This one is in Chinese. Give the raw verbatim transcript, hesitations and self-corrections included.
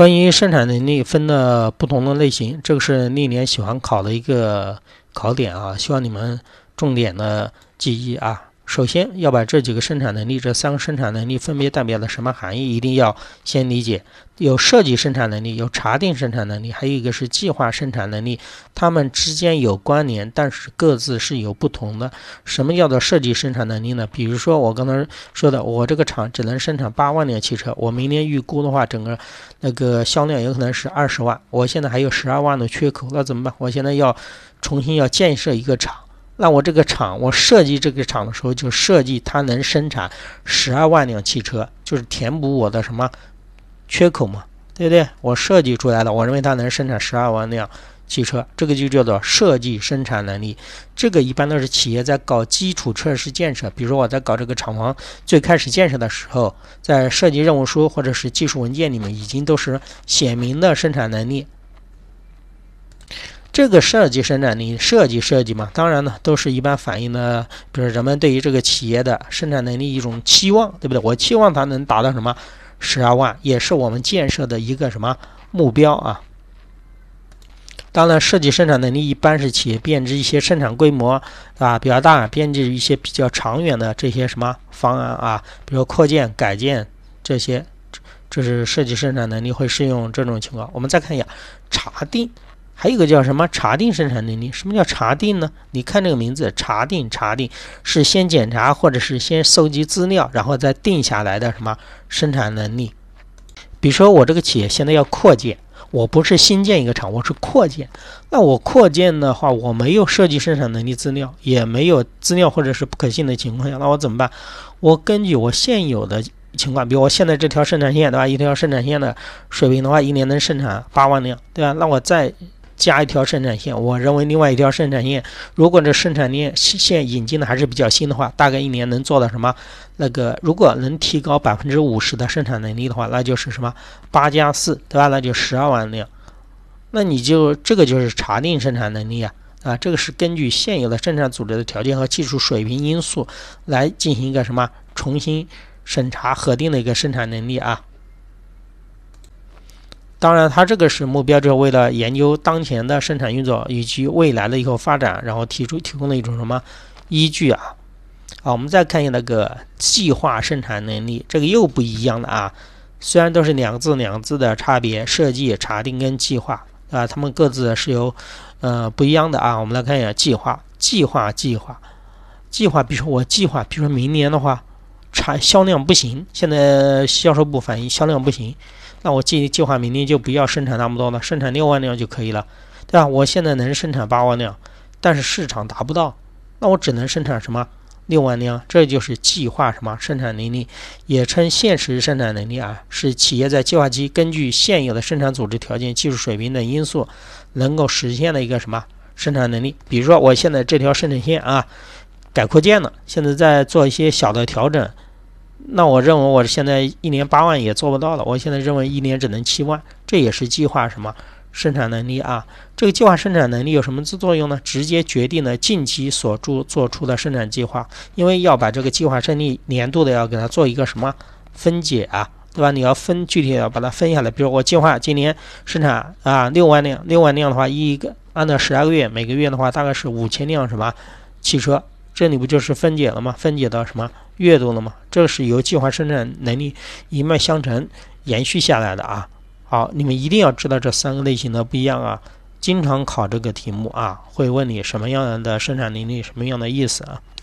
关于生产能力分的不同的类型，这个是历年喜欢考的一个考点啊，希望你们重点的记忆啊。首先要把这几个生产能力，这三个生产能力分别代表了什么含义，一定要先理解。有设计生产能力，有查定生产能力，还有一个是计划生产能力，它们之间有关联，但是各自是有不同的。什么叫做设计生产能力呢？比如说我刚才说的，我这个厂只能生产八万辆汽车，我明年预估的话，整个那个销量有可能是二十万，我现在还有十二万的缺口，那怎么办？我现在要重新要建设一个厂。那我这个厂，我设计这个厂的时候，就设计它能生产十二万辆汽车，就是填补我的什么缺口嘛，对不对？我设计出来的，我认为它能生产十二万辆汽车，这个就叫做设计生产能力。这个一般都是企业在搞基础设施建设，比如说我在搞这个厂房最开始建设的时候，在设计任务书或者是技术文件里面已经都是写明的生产能力。这个设计生产力，设计设计嘛，当然呢，都是一般反映的，比如人们对于这个企业的生产能力一种期望，对不对？我期望它能达到什么十二万，也是我们建设的一个什么目标啊。当然，设计生产能力一般是企业编制一些生产规模啊比较大，编制一些比较长远的这些什么方案啊，比如扩建、改建这些，这是设计生产能力会适用这种情况。我们再看一下查定。还有一个叫什么查定生产能力？什么叫查定呢？你看这个名字，查定，查定是先检查或者是先搜集资料，然后再定下来的什么生产能力？比如说我这个企业现在要扩建，我不是新建一个厂，我是扩建。那我扩建的话，我没有设计生产能力资料，也没有资料或者是不可信的情况下，那我怎么办？我根据我现有的情况，比如我现在这条生产线，对吧？一条生产线的水平的话，一年能生产八万辆，对吧？那我再加一条生产线，我认为另外一条生产线，如果这生产链线引进的还是比较新的话，大概一年能做到什么？那个如果能提高百分之五十的生产能力的话，那就是什么八加四，对吧？那就十二万辆。那你就这个就是查定生产能力啊啊，这个是根据现有的生产组织的条件和技术水平因素来进行一个什么重新审查核定的一个生产能力啊。当然它这个是目标，就是为了研究当前的生产运作以及未来的以后发展，然后提出提供的一种什么依据啊。好，我们再看一下那个计划生产能力，这个又不一样了啊。虽然都是两个字两个字的差别，设计、查定跟计划啊，它们各自是有呃不一样的啊。我们来看一下计划，计划计划计划，比如说我计划，比如说明年的话，产销量不行，现在销售部反映销量不行。那我计计划明年就不要生产那么多了，生产六万辆就可以了，对吧？我现在能生产八万辆，但是市场达不到，那我只能生产什么六万辆，这就是计划什么生产能力，也称现实生产能力啊，是企业在计划期根据现有的生产组织条件、技术水平等因素，能够实现的一个什么生产能力。比如说我现在这条生产线啊改扩建了，现在在做一些小的调整。那我认为我现在一年八万也做不到了，我现在认为一年只能七万，这也是计划什么生产能力啊。这个计划生产能力有什么作用呢？直接决定了近期所做做出的生产计划，因为要把这个计划生产年度的要给它做一个什么分解啊，对吧？你要分具体要把它分下来，比如我计划今年生产啊六万辆，六万辆的话，一个按照十二个月，每个月的话大概是五千辆什么汽车。这里不就是分解了吗？分解到什么月度了吗？这是由计划生产能力一脉相承延续下来的啊。好，你们一定要知道这三个类型的不一样啊。经常考这个题目啊，会问你什么样的生产能力，什么样的意思啊。